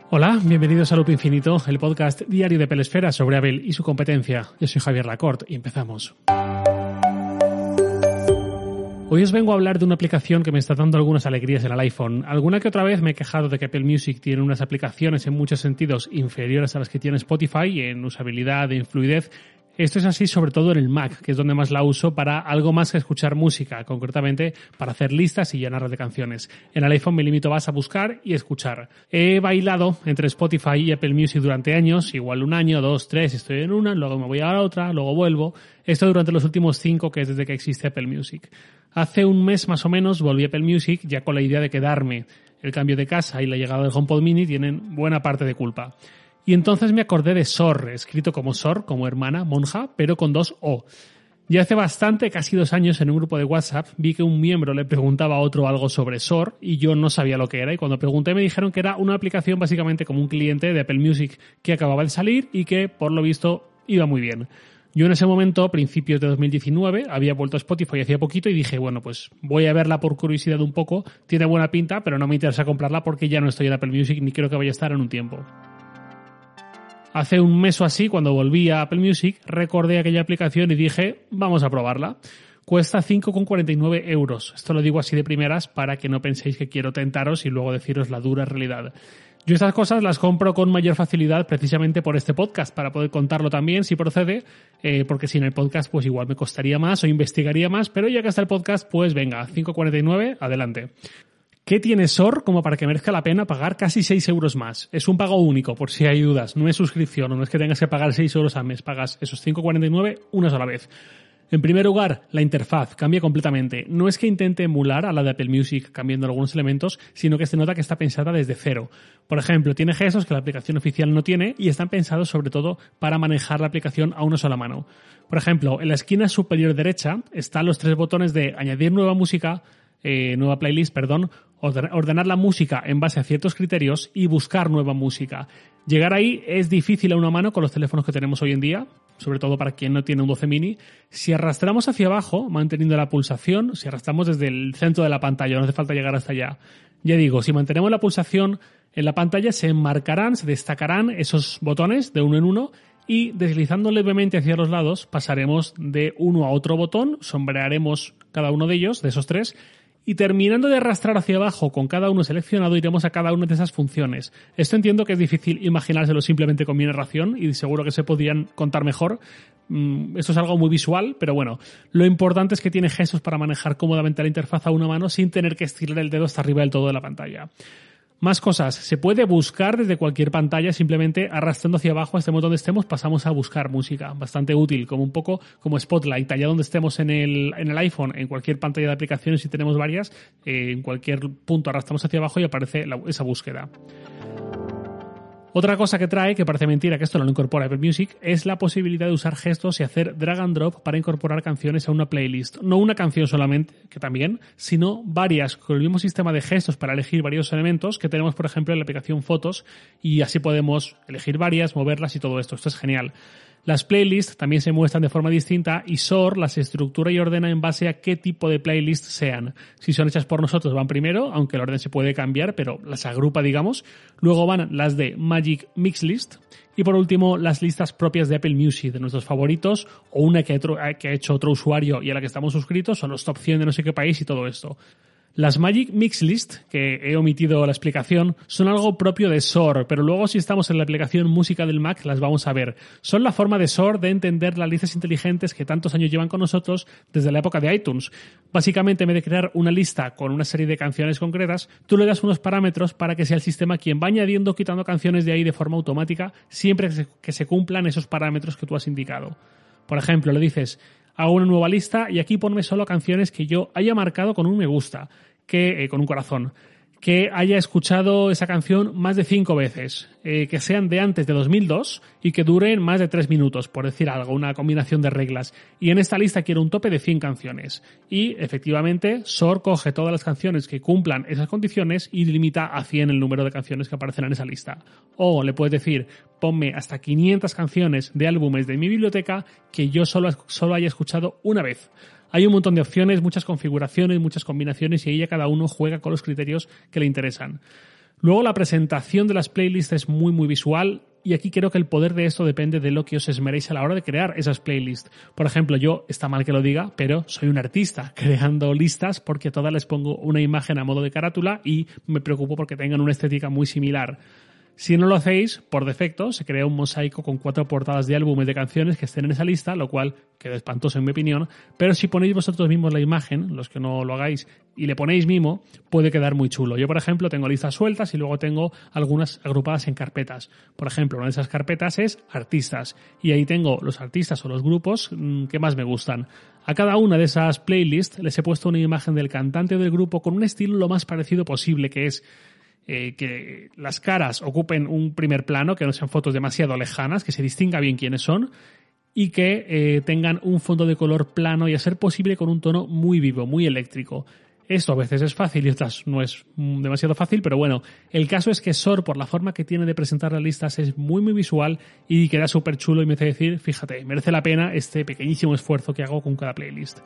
Hola, bienvenidos a Loop Infinito, el podcast diario de Pelesfera sobre Apple y su competencia. Yo soy Javier Lacorte y empezamos. Hoy os vengo a hablar de una aplicación que me está dando algunas alegrías en el iPhone. Alguna que otra vez me he quejado de que Apple Music tiene unas aplicaciones en muchos sentidos inferiores a las que tiene Spotify en usabilidad, en fluidez. Esto es así sobre todo en el Mac, que es donde más la uso para algo más que escuchar música, concretamente para hacer listas y llenarlas de canciones. En el iPhone me limito más a buscar y escuchar. He bailado entre Spotify y Apple Music durante años, igual un año, 2, 3, estoy en una, luego me voy a la otra, luego vuelvo. Esto durante los últimos 5, que es desde que existe Apple Music. Hace un mes más o menos volví a Apple Music ya con la idea de quedarme. El cambio de casa y la llegada del HomePod Mini tienen buena parte de culpa. Y entonces me acordé de Sor, escrito como Sor, como hermana, monja, pero con 2 O. Ya hace bastante, casi 2 años, en un grupo de WhatsApp, vi que un miembro le preguntaba a otro algo sobre Sor y yo no sabía lo que era. Y cuando pregunté me dijeron que era una aplicación básicamente como un cliente de Apple Music que acababa de salir y que, por lo visto, iba muy bien. Yo en ese momento, principios de 2019, había vuelto a Spotify hacía poquito y dije, bueno, pues voy a verla por curiosidad un poco. Tiene buena pinta, pero no me interesa comprarla porque ya no estoy en Apple Music ni creo que vaya a estar en un tiempo. Hace un mes o así, cuando volví a Apple Music, recordé aquella aplicación y dije, vamos a probarla. Cuesta 5,49 €. Esto lo digo así de primeras para que no penséis que quiero tentaros y luego deciros la dura realidad. Yo estas cosas las compro con mayor facilidad precisamente por este podcast, para poder contarlo también si procede, porque sin el podcast pues igual me costaría más o investigaría más, pero ya que está el podcast, pues venga, 5,49, adelante. ¿Qué tiene Sor como para que merezca la pena pagar casi 6 € más? Es un pago único, por si hay dudas. No es suscripción, no es que tengas que pagar 6 € al mes. Pagas esos 5,49 una sola vez. En primer lugar, la interfaz cambia completamente. No es que intente emular a la de Apple Music cambiando algunos elementos, sino que se nota que está pensada desde cero. Por ejemplo, tiene gestos que la aplicación oficial no tiene y están pensados sobre todo para manejar la aplicación a una sola mano. Por ejemplo, en la esquina superior derecha están los 3 botones de añadir nueva música, nueva playlist, ordenar la música en base a ciertos criterios y buscar nueva música. Llegar ahí es difícil a una mano con los teléfonos que tenemos hoy en día, sobre todo para quien no tiene un 12 mini. Si arrastramos hacia abajo, manteniendo la pulsación, si arrastramos desde el centro de la pantalla, no hace falta llegar hasta allá. Ya digo, si mantenemos la pulsación en la pantalla, se enmarcarán, se destacarán esos botones de uno en uno y deslizando levemente hacia los lados pasaremos de uno a otro botón, sombrearemos cada uno de ellos, de esos 3, y terminando de arrastrar hacia abajo con cada uno seleccionado, iremos a cada una de esas funciones. Esto entiendo que es difícil imaginárselo simplemente con mi narración y seguro que se podrían contar mejor. Esto es algo muy visual, pero bueno, lo importante es que tiene gestos para manejar cómodamente la interfaz a una mano sin tener que estirar el dedo hasta arriba del todo de la pantalla. Más cosas. Se puede buscar desde cualquier pantalla, simplemente arrastrando hacia abajo, estemos donde estemos, pasamos a buscar música. Bastante útil, como un poco como Spotlight. Allá donde estemos en el iPhone, en cualquier pantalla de aplicaciones, si tenemos varias, en cualquier punto arrastramos hacia abajo y aparece esa búsqueda. Otra cosa que trae, que parece mentira que esto no lo incorpora Apple Music, es la posibilidad de usar gestos y hacer drag and drop para incorporar canciones a una playlist. No una canción solamente, que también, sino varias, con el mismo sistema de gestos para elegir varios elementos que tenemos, por ejemplo, en la aplicación Fotos, y así podemos elegir varias, moverlas y todo esto. Esto es genial. Las playlists también se muestran de forma distinta y Sor las estructura y ordena en base a qué tipo de playlist sean. Si son hechas por nosotros van primero, aunque el orden se puede cambiar, pero las agrupa, digamos. Luego van las de Magic Mix List y por último las listas propias de Apple Music, de nuestros favoritos o una que ha hecho otro usuario y a la que estamos suscritos, o los top 100 de no sé qué país y todo esto. Las Magic Mix List, que he omitido la explicación, son algo propio de Sor, pero luego si estamos en la aplicación Música del Mac las vamos a ver. Son la forma de Sor de entender las listas inteligentes que tantos años llevan con nosotros desde la época de iTunes. Básicamente, en vez de crear una lista con una serie de canciones concretas, tú le das unos parámetros para que sea el sistema quien va añadiendo o quitando canciones de ahí de forma automática, siempre que se cumplan esos parámetros que tú has indicado. Por ejemplo, le dices, hago una nueva lista y aquí ponme solo canciones que yo haya marcado con un me gusta, con un corazón, que haya escuchado esa canción más de 5 veces, que sean de antes de 2002 y que duren más de 3 minutos, por decir algo, una combinación de reglas. Y en esta lista quiero un tope de 100 canciones. Y efectivamente, Sor coge todas las canciones que cumplan esas condiciones y limita a 100 el número de canciones que aparecen en esa lista. O le puedes decir, ponme hasta 500 canciones de álbumes de mi biblioteca que yo solo haya escuchado una vez. Hay un montón de opciones, muchas configuraciones, muchas combinaciones y ahí ya cada uno juega con los criterios que le interesan. Luego la presentación de las playlists es muy muy visual y aquí creo que el poder de esto depende de lo que os esmeréis a la hora de crear esas playlists. Por ejemplo, yo, está mal que lo diga, pero soy un artista creando listas porque a todas les pongo una imagen a modo de carátula y me preocupo porque tengan una estética muy similar. Si no lo hacéis, por defecto, se crea un mosaico con 4 portadas de álbumes de canciones que estén en esa lista, lo cual queda espantoso en mi opinión, pero si ponéis vosotros mismos la imagen, los que no lo hagáis, y le ponéis mimo, puede quedar muy chulo. Yo, por ejemplo, tengo listas sueltas y luego tengo algunas agrupadas en carpetas. Por ejemplo, una de esas carpetas es artistas, y ahí tengo los artistas o los grupos que más me gustan. A cada una de esas playlists les he puesto una imagen del cantante o del grupo con un estilo lo más parecido posible, que es que las caras ocupen un primer plano, que no sean fotos demasiado lejanas, que se distinga bien quiénes son y que tengan un fondo de color plano y a ser posible con un tono muy vivo, muy eléctrico. Esto a veces es fácil y otras no es demasiado fácil, pero bueno, el caso es que Sor, por la forma que tiene de presentar las listas, es muy muy visual y queda súper chulo y me hace decir, fíjate, merece la pena este pequeñísimo esfuerzo que hago con cada playlist.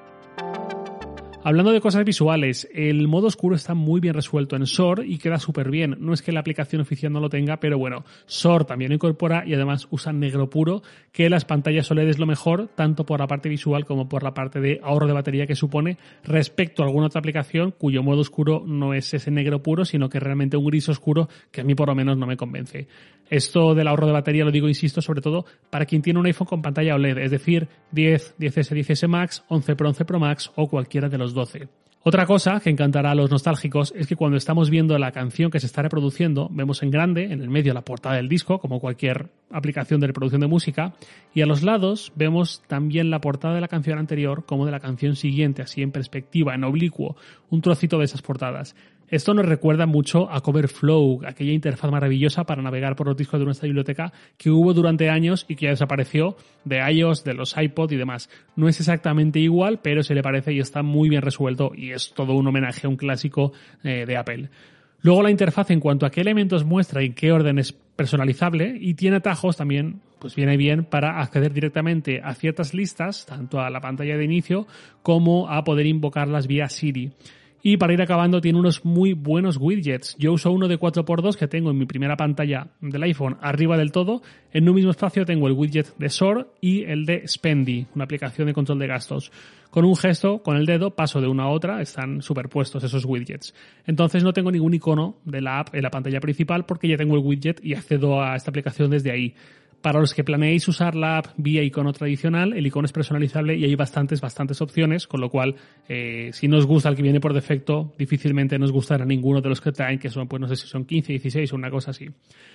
Hablando de cosas visuales, el modo oscuro está muy bien resuelto en Sor y queda súper bien. No es que la aplicación oficial no lo tenga, pero bueno, Sor también lo incorpora y además usa negro puro, que las pantallas OLED es lo mejor, tanto por la parte visual como por la parte de ahorro de batería que supone respecto a alguna otra aplicación cuyo modo oscuro no es ese negro puro, sino que es realmente un gris oscuro que a mí por lo menos no me convence. Esto del ahorro de batería lo digo, insisto, sobre todo para quien tiene un iPhone con pantalla OLED, es decir, 10, 10S, 10S Max, 11 Pro, 11 Pro Max o cualquiera de los 12. Otra cosa que encantará a los nostálgicos es que cuando estamos viendo la canción que se está reproduciendo, vemos en grande, en el medio, la portada del disco, como cualquier aplicación de reproducción de música, y a los lados vemos también la portada de la canción anterior como de la canción siguiente, así en perspectiva, en oblicuo, un trocito de esas portadas. Esto nos recuerda mucho a Coverflow, aquella interfaz maravillosa para navegar por los discos de nuestra biblioteca que hubo durante años y que ya desapareció de iOS, de los iPod y demás. No es exactamente igual, pero se le parece y está muy bien resuelto y es todo un homenaje a un clásico de Apple. Luego la interfaz en cuanto a qué elementos muestra y en qué orden es personalizable y tiene atajos también, pues viene bien para acceder directamente a ciertas listas, tanto a la pantalla de inicio como a poder invocarlas vía Siri. Y para ir acabando tiene unos muy buenos widgets. Yo uso uno de 4x2 que tengo en mi primera pantalla del iPhone arriba del todo. En un mismo espacio tengo el widget de Sor y el de Spendy, una aplicación de control de gastos. Con un gesto, con el dedo, paso de una a otra, están superpuestos esos widgets. Entonces no tengo ningún icono de la app en la pantalla principal porque ya tengo el widget y accedo a esta aplicación desde ahí. Para los que planeéis usar la app vía icono tradicional, el icono es personalizable y hay bastantes opciones, con lo cual, si no os gusta el que viene por defecto, difícilmente nos gustará ninguno de los que traen, que son, pues no sé si son 15, 16 o una cosa así.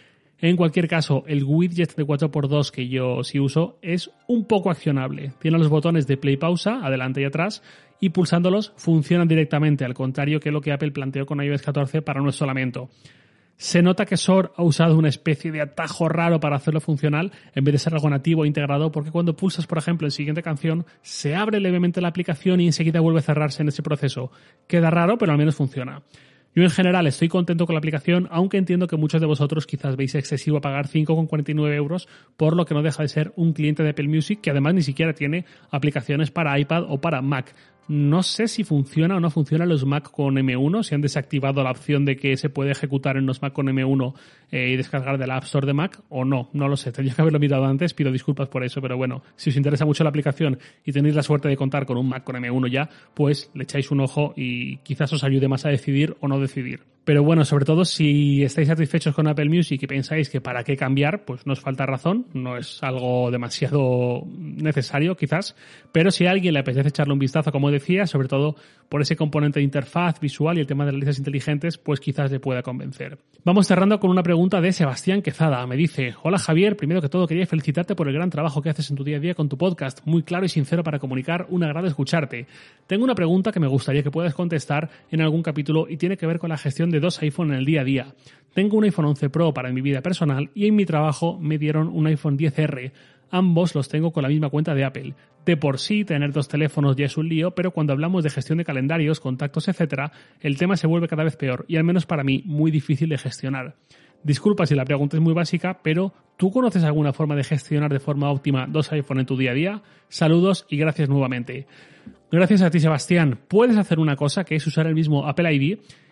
En cualquier caso, el widget de 4x2 que yo sí uso es un poco accionable. Tiene los botones de play pausa, adelante y atrás, y pulsándolos funcionan directamente, al contrario que lo que Apple planteó con iOS 14 para nuestro lamento. Se nota que Sor ha usado una especie de atajo raro para hacerlo funcional en vez de ser algo nativo e integrado, porque cuando pulsas, por ejemplo, en siguiente canción, se abre levemente la aplicación y enseguida vuelve a cerrarse en ese proceso. Queda raro, pero al menos funciona. Yo en general estoy contento con la aplicación, aunque entiendo que muchos de vosotros quizás veis excesivo a pagar 5,49 € por lo que no deja de ser un cliente de Apple Music que además ni siquiera tiene aplicaciones para iPad o para Mac. No sé si funciona o no funciona los Mac con M1, si han desactivado la opción de que se puede ejecutar en los Mac con M1 y descargar de la App Store de Mac o no lo sé, tendría que haberlo mirado antes, pido disculpas por eso, pero bueno, si os interesa mucho la aplicación y tenéis la suerte de contar con un Mac con M1 ya, pues le echáis un ojo y quizás os ayude más a decidir o no decidir. Pero bueno, sobre todo si estáis satisfechos con Apple Music y pensáis que para qué cambiar, pues no os falta razón, no es algo demasiado necesario quizás, pero si a alguien le apetece echarle un vistazo, como decía, sobre todo por ese componente de interfaz visual y el tema de las listas inteligentes, pues quizás le pueda convencer. Vamos cerrando con una pregunta de Sebastián Quezada. Me dice: hola Javier, primero que todo quería felicitarte por el gran trabajo que haces en tu día a día con tu podcast, muy claro y sincero para comunicar, un agrado escucharte. Tengo una pregunta que me gustaría que puedas contestar en algún capítulo y tiene que ver con la gestión de 2 iPhone en el día a día. Tengo un iPhone 11 Pro para mi vida personal y en mi trabajo me dieron un iPhone XR. Ambos los tengo con la misma cuenta de Apple. De por sí, tener 2 teléfonos ya es un lío, pero cuando hablamos de gestión de calendarios, contactos, etc., el tema se vuelve cada vez peor y al menos para mí muy difícil de gestionar. Disculpa si la pregunta es muy básica, pero ¿tú conoces alguna forma de gestionar de forma óptima 2 iPhone en tu día a día? Saludos y gracias nuevamente. Gracias a ti, Sebastián. Puedes hacer una cosa, que es usar el mismo Apple ID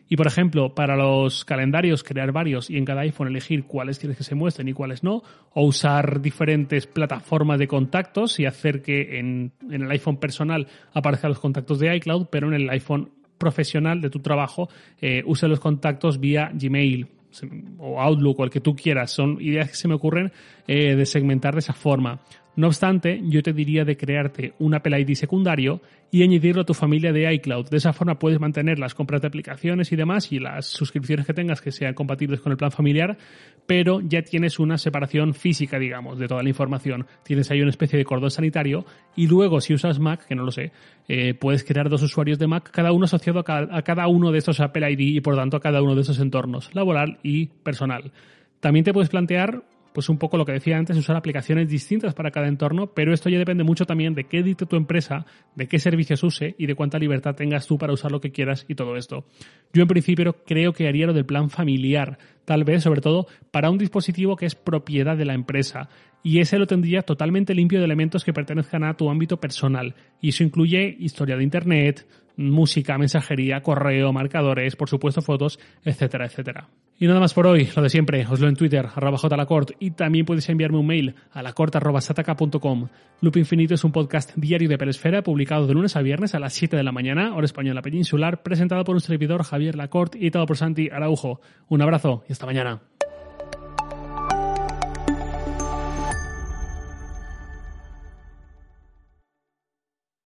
Y, por ejemplo, para los calendarios, crear varios y en cada iPhone elegir cuáles quieres que se muestren y cuáles no, o usar diferentes plataformas de contactos y hacer que en el iPhone personal aparezcan los contactos de iCloud, pero en el iPhone profesional de tu trabajo use los contactos vía Gmail o Outlook o el que tú quieras. Son ideas que se me ocurren de segmentar de esa forma. No obstante, yo te diría de crearte un Apple ID secundario y añadirlo a tu familia de iCloud. De esa forma puedes mantener las compras de aplicaciones y demás y las suscripciones que tengas que sean compatibles con el plan familiar, pero ya tienes una separación física, digamos, de toda la información. Tienes ahí una especie de cordón sanitario y luego, si usas Mac, que no lo sé, puedes crear 2 usuarios de Mac, cada uno asociado a cada uno de estos Apple ID y por tanto a cada uno de esos entornos, laboral y personal. También te puedes plantear pues un poco lo que decía antes, usar aplicaciones distintas para cada entorno, pero esto ya depende mucho también de qué dicte tu empresa, de qué servicios use y de cuánta libertad tengas tú para usar lo que quieras y todo esto. Yo en principio creo que haría lo del plan familiar, tal vez sobre todo para un dispositivo que es propiedad de la empresa, y ese lo tendría totalmente limpio de elementos que pertenezcan a tu ámbito personal, y eso incluye historia de internet, música, mensajería, correo, marcadores, por supuesto fotos, etcétera, etcétera. Y nada más por hoy, lo de siempre, os leo en Twitter, @jlacort, y también podéis enviarme un mail a lacort@sataka.com. Loop Infinito es un podcast diario de Pelesfera, publicado de lunes a viernes a las 7 de la mañana, hora española peninsular, presentado por un servidor, Javier Lacort, y editado por Santi Araujo. Un abrazo y hasta mañana.